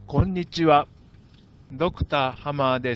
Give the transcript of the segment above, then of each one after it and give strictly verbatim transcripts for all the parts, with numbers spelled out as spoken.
こんにちは、ドクターハマーです。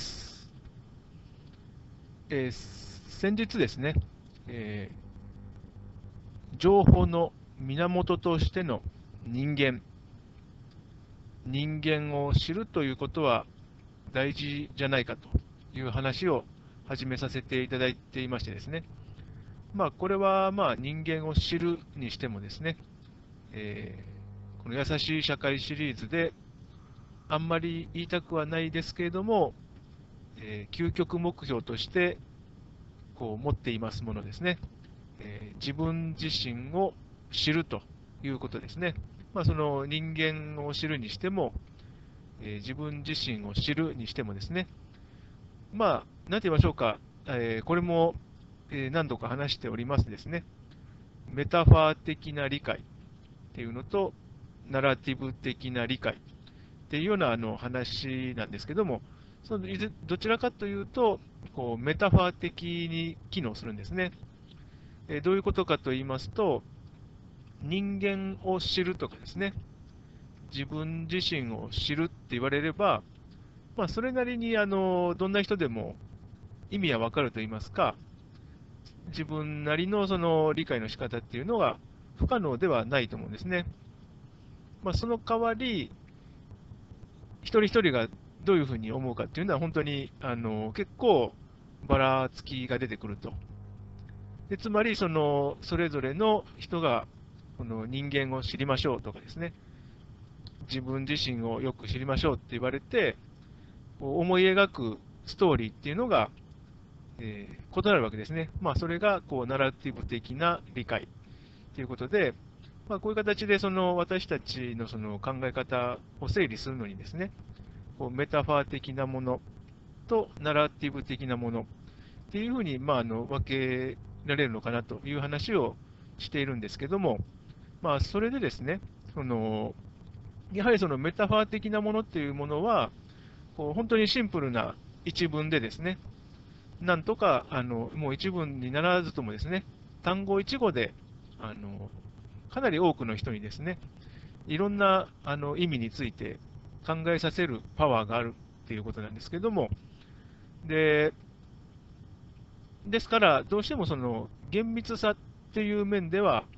えー先日ですね、えー情報の源としての人間、人間を知るということは大事じゃないかという話を始めさせていただいていましてですね、まあ、これはまあ人間を知るにしてもですね、えーこの優しい社会シリーズであんまり言いたくはないですけれども、えー究極目標としてこう持っていますものですね。えー自分自身を知るということですね。まあ、その人間を知るにしても、えー自分自身を知るにしてもですね、まあ、なんて言いましょうか、えーこれも、えー何度か話しておりますですね、メタファー的な理解っていうのと、ナラティブ的な理解っていうようなあの話なんですけども、そのどちらかというと、こうメタファー的に機能するんですね。えーどういうことかと言いますと、人間を知るとかですね、自分自身を知るって言われれば、まあ、それなりにあのどんな人でも意味はわかると言いますか、自分なりのその理解の仕方っていうのは不可能ではないと思うんですね。まあ、その代わり、一人一人がどういうふうに思うかっていうのは、本当にあの結構ばらつきが出てくると。でつまりその、それぞれの人がこの人間を知りましょうとかですね、自分自身をよく知りましょうって言われて、こう思い描くストーリーっていうのが、えー異なるわけですね。まあ、それがこうナラティブ的な理解ということで、まあ、こういう形でその私たちのその考え方を整理するのにですね、こうメタファー的なものとナラティブ的なものっていうふうに、まあ、あの分けられるのかなという話をしているんですけども、まあ、それでですね、そのやはりそのメタファー的なものっていうものは、こう本当にシンプルな一文でですね、なんとかあのもう一文にならずともですね、単語一語であのかなり多くの人にですね、いろんなあの意味について考えさせるパワーがあるっていうことなんですけども、でですから、どうしてもその厳密さっていう面では、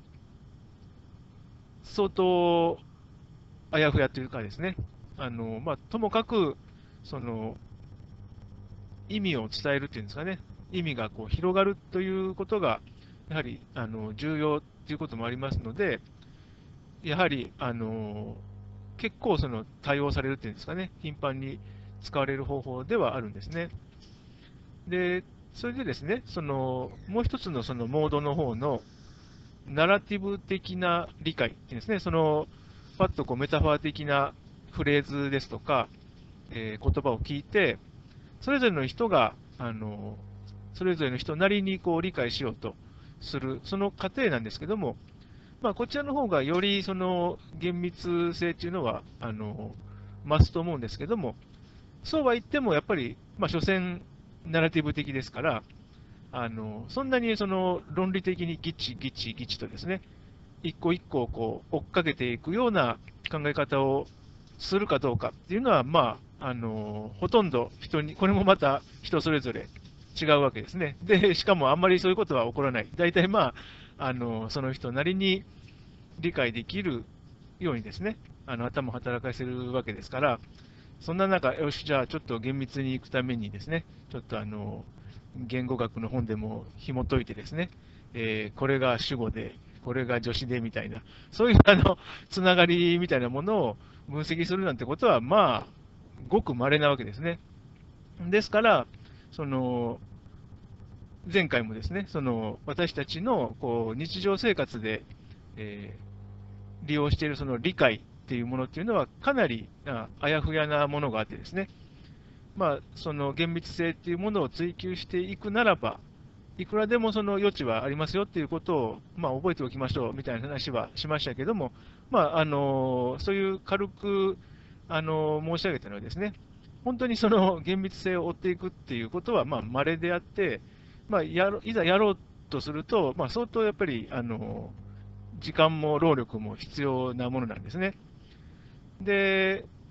相当あやふやというかですね、あのまあ、ともかくその意味を伝えるっていうんですかね、意味がこう広がるということが、やはりあの重要ということもありますので、やはりあの結構その対応されるっていうんですかね、頻繁に使われる方法ではあるんですね。で、それでですね、そのもう一つのそのモードの方のナラティブ的な理解っていうんですね、そのパッとこうメタファー的なフレーズですとか、えー言葉を聞いて、それぞれの人が、あの、それぞれの人なりにこう理解しようとする、その過程なんですけども、まあ、こちらの方がよりその厳密性っていうのは、あの、増すと思うんですけども、そうは言っても、やっぱり、まあ、所詮、ナラティブ的ですから、あの、そんなにその論理的にギチギチギチとですね、一個一個こう追っかけていくような考え方をするかどうかっていうのは、まあ、あのほとんど人に、これもまた人それぞれ違うわけですね。で、しかもあんまりそういうことは起こらない。大体まあ、あのその人なりに理解できるようにですね、あの頭を働かせるわけですから、そんな中、よし、じゃあちょっと厳密にいくためにですね、ちょっとあの言語学の本でも紐解いてですね、えーこれが主語で、これが助詞でみたいな、そういうあのつながりみたいなものを分析するなんてことは、まあ、ごく稀なわけですね。ですから、その前回もですね、その私たちのこう日常生活で、えー利用しているその理解っていうものっていうのは、かなりああやふやなものがあってですね、まあ、その厳密性っていうものを追求していくならば、いくらでもその余地はありますよっていうことを、まあ、覚えておきましょうみたいな話はしましたけども、まあ、あのそういう軽く、あの申し上げたのはですね、本当にその厳密性を追っていくっていうことは、まあ、稀であって、まあ、やろいざやろうとすると、まあ、相当やっぱり、あの時間も労力も必要なものなんですね。で、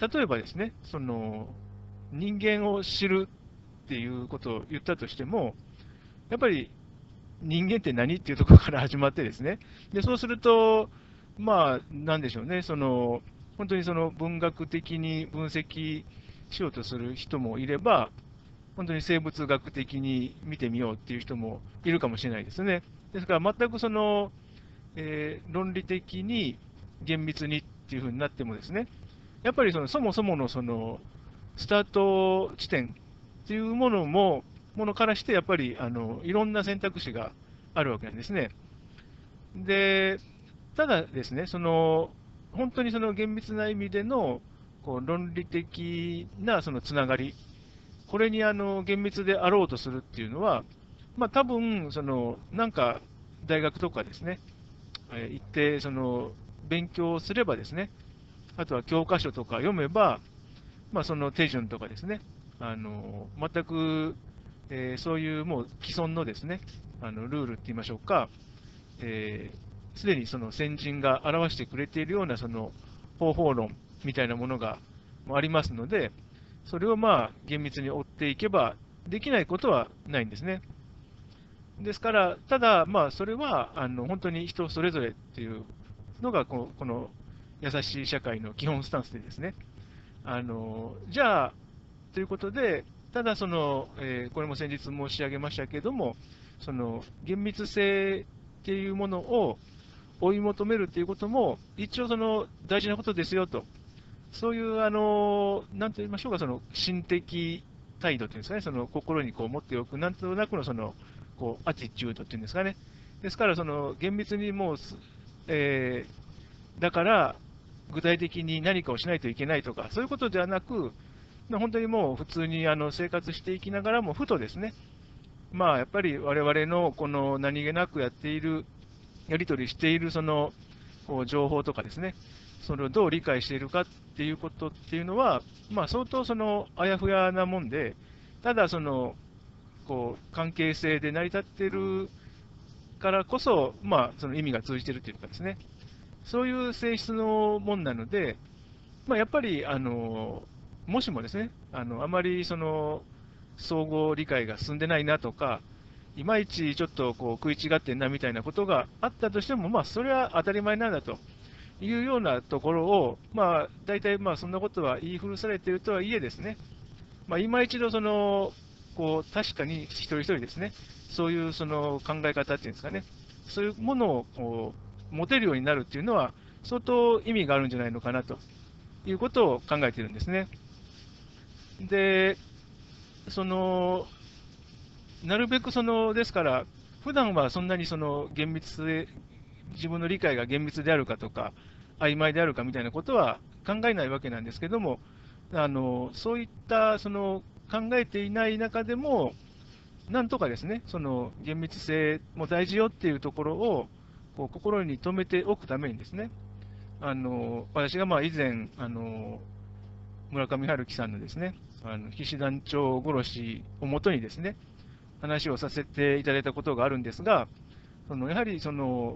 例えばですね、その人間を知るっていうことを言ったとしても、やっぱり人間って何っていうところから始まってですね、でそうすると、まあ、なんでしょうね、その本当にその文学的に分析しようとする人もいれば、本当に生物学的に見てみようっていう人もいるかもしれないですね。ですから全くその、えー論理的に厳密にっていうふうになってもですね、やっぱりそのそもそものそのスタート地点っていうものも、ものからして、やっぱりあのいろんな選択肢があるわけなんですね。で、ただですね、その本当にその厳密な意味でのこう論理的なそのつながり、これにあの厳密であろうとするっていうのは、まあ多分そのなんか大学とかですね、えー行ってその勉強すればですね、あとは教科書とか読めば、まあ、その手順とかですね、あの全く、えーそういうもう既存のですね、あのルールって言いましょうか、す、えー、で、にその先人が表してくれているようなその方法論みたいなものがありますので、それをまあ厳密に追っていけば、できないことはないんですね。ですから、ただ、まあ、それはあの本当に人それぞれっていうのがこの、この優しい社会の基本スタンスでですね、あのじゃあ、ということで、ただその、えーこれも先日申し上げましたけれども、その厳密性っていうものを追い求めるということも、一応その大事なことですよと、そういうあの、なんと言いましょうか、その心的態度というんですかね、その心にこう持っておく、なんとなくのそのこうアティチュードっていうんですかね、ですから、その厳密にもうす、えーだから具体的に何かをしないといけないとか、そういうことではなく、まあ本当にもう普通にあの生活していきながらも、ふとですね、まあやっぱり我々のこの何気なくやっている、やり取りしているそのこう情報とかですね、それをどう理解しているかっていうことっていうのは、まあ、相当そのあやふやなもんで、ただそのこう関係性で成り立っているからこそ、まあ、その意味が通じているというかですね、そういう性質のもんなので、まあ、やっぱりあのもしもですね、あのあまりその相互理解が進んでないなとか、いまいちちょっとこう食い違ってんなみたいなことがあったとしても、まあ、それは当たり前なんだというようなところを、まあ、大体まあそんなことは言い古されているとはいえですね、まあ、今一度その、こう確かに一人一人ですね、そういうその考え方っていうんですかね、そういうものをこう持てるようになるっていうのは、相当意味があるんじゃないのかなということを考えているんですね。で、その、なるべくその、ですから、普段はそんなにその厳密性、自分の理解が厳密であるかとか、曖昧であるかみたいなことは考えないわけなんですけども、あのそういったその考えていない中でも、なんとかですね、その厳密性も大事よっていうところをこう心に留めておくためにですね、あの私がまあ以前、あの村上春樹さんのですね、あの騎士団長殺しをもとにですね、話をさせていただいたことがあるんですが、そのやはりその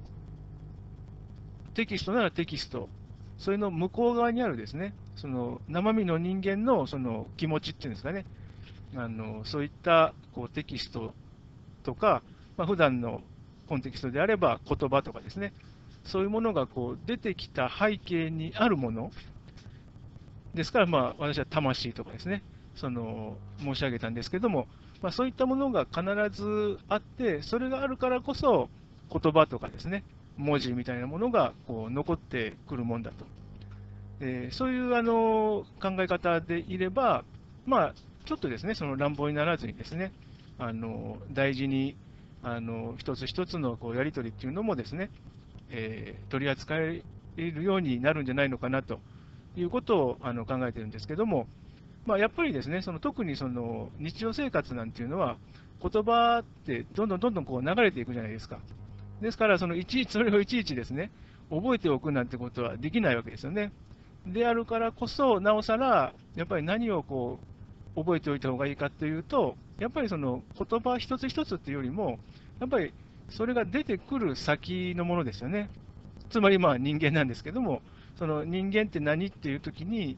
テキストならテキスト、それの向こう側にあるですね、その生身の人間のその気持ちっていうんですかね、あのそういったこうテキストとか、まあ、普段のコンテキストであれば言葉とかですね、そういうものがこう出てきた背景にあるものですから、まあ、私は魂とかですね、その申し上げたんですけども、まあ、そういったものが必ずあって、それがあるからこそ、言葉とかですね、文字みたいなものがこう残ってくるもんだと。えーそういうあの考え方でいれば、まあ、ちょっとですね、その乱暴にならずにですね、あの大事にあの一つ一つのこうやり取りっていうのもですね、えー取り扱えるようになるんじゃないのかなということをあの考えてるんですけども、まあ、やっぱりですね、その特にその日常生活なんていうのは、言葉ってどんどんどんどんこう流れていくじゃないですか。ですから、そのいちいち、それをいちいちですね、覚えておくなんてことはできないわけですよね。であるからこそ、なおさら、やっぱり何をこう覚えておいた方がいいかというと、やっぱりその言葉一つ一つっていうよりも、やっぱりそれが出てくる先のものですよね。つまりまあ人間なんですけども、その人間って何っていうときに、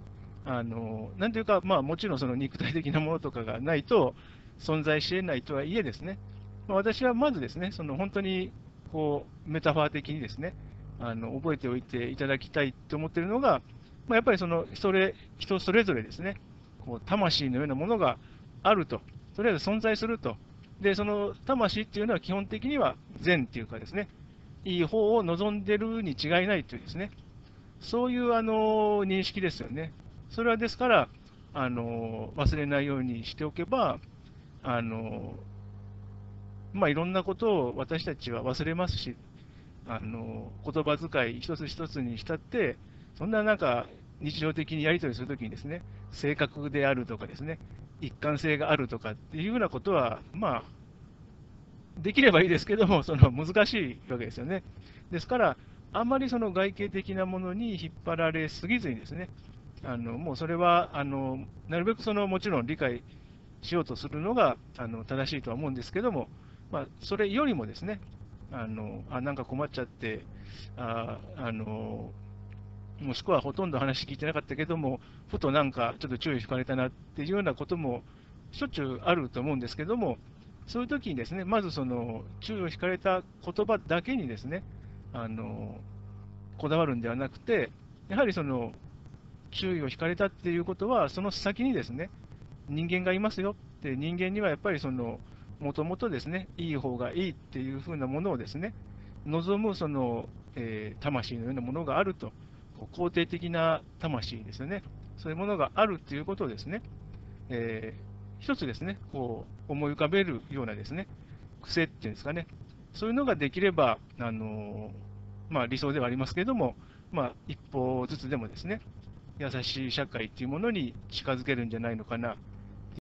あのなんていうか、まあ、もちろんその肉体的なものとかがないと存在し得ないとはいえですね、まあ、私はまずですね、その本当にこうメタファー的にですね、あの覚えておいていただきたいと思っているのが、まあ、やっぱりそのそれ人それぞれですね、こう魂のようなものがあると、とりあえず存在すると、でその魂っていうのは基本的には善っていうかですね、いい方を望んでるに違いないというですね、そういうあの認識ですよね。それはですから、あの忘れないようにしておけば、あのまあ、いろんなことを私たちは忘れますし、あの言葉遣い一つ一つにしたって、そんななんか日常的にやり取りするときにですね、正確であるとかですね、一貫性があるとかっていうようなことは、まあ、できればいいですけども、その難しいわけですよね。ですから、あんまりその外形的なものに引っ張られすぎずにですね、あのもうそれはあのなるべくそのもちろん理解しようとするのがあの正しいとは思うんですけども、まあ、それよりもですね、あのあなんか困っちゃって、ああのもしくはほとんど話聞いてなかったけども、ふとなんかちょっと注意引かれたなっていうようなこともしょっちゅうあると思うんですけども、そういう時にですね、まずその注意を引かれた言葉だけにですね、あのこだわるんではなくて、やはりその注意を引かれたっていうことは、その先にですね、人間がいますよって、人間にはやっぱりその、もともとですね、いい方がいいっていうふうなものをですね、望むその、えー魂のようなものがあると、こう肯定的な魂ですよね、そういうものがあるっていうことをですね、えー一つですね、こう思い浮かべるようなですね、癖っていうんですかね、そういうのができれば、あのまあ、理想ではありますけれども、まあ、一歩ずつでもですね、優しい社会っていうものに近づけるんじゃないのかな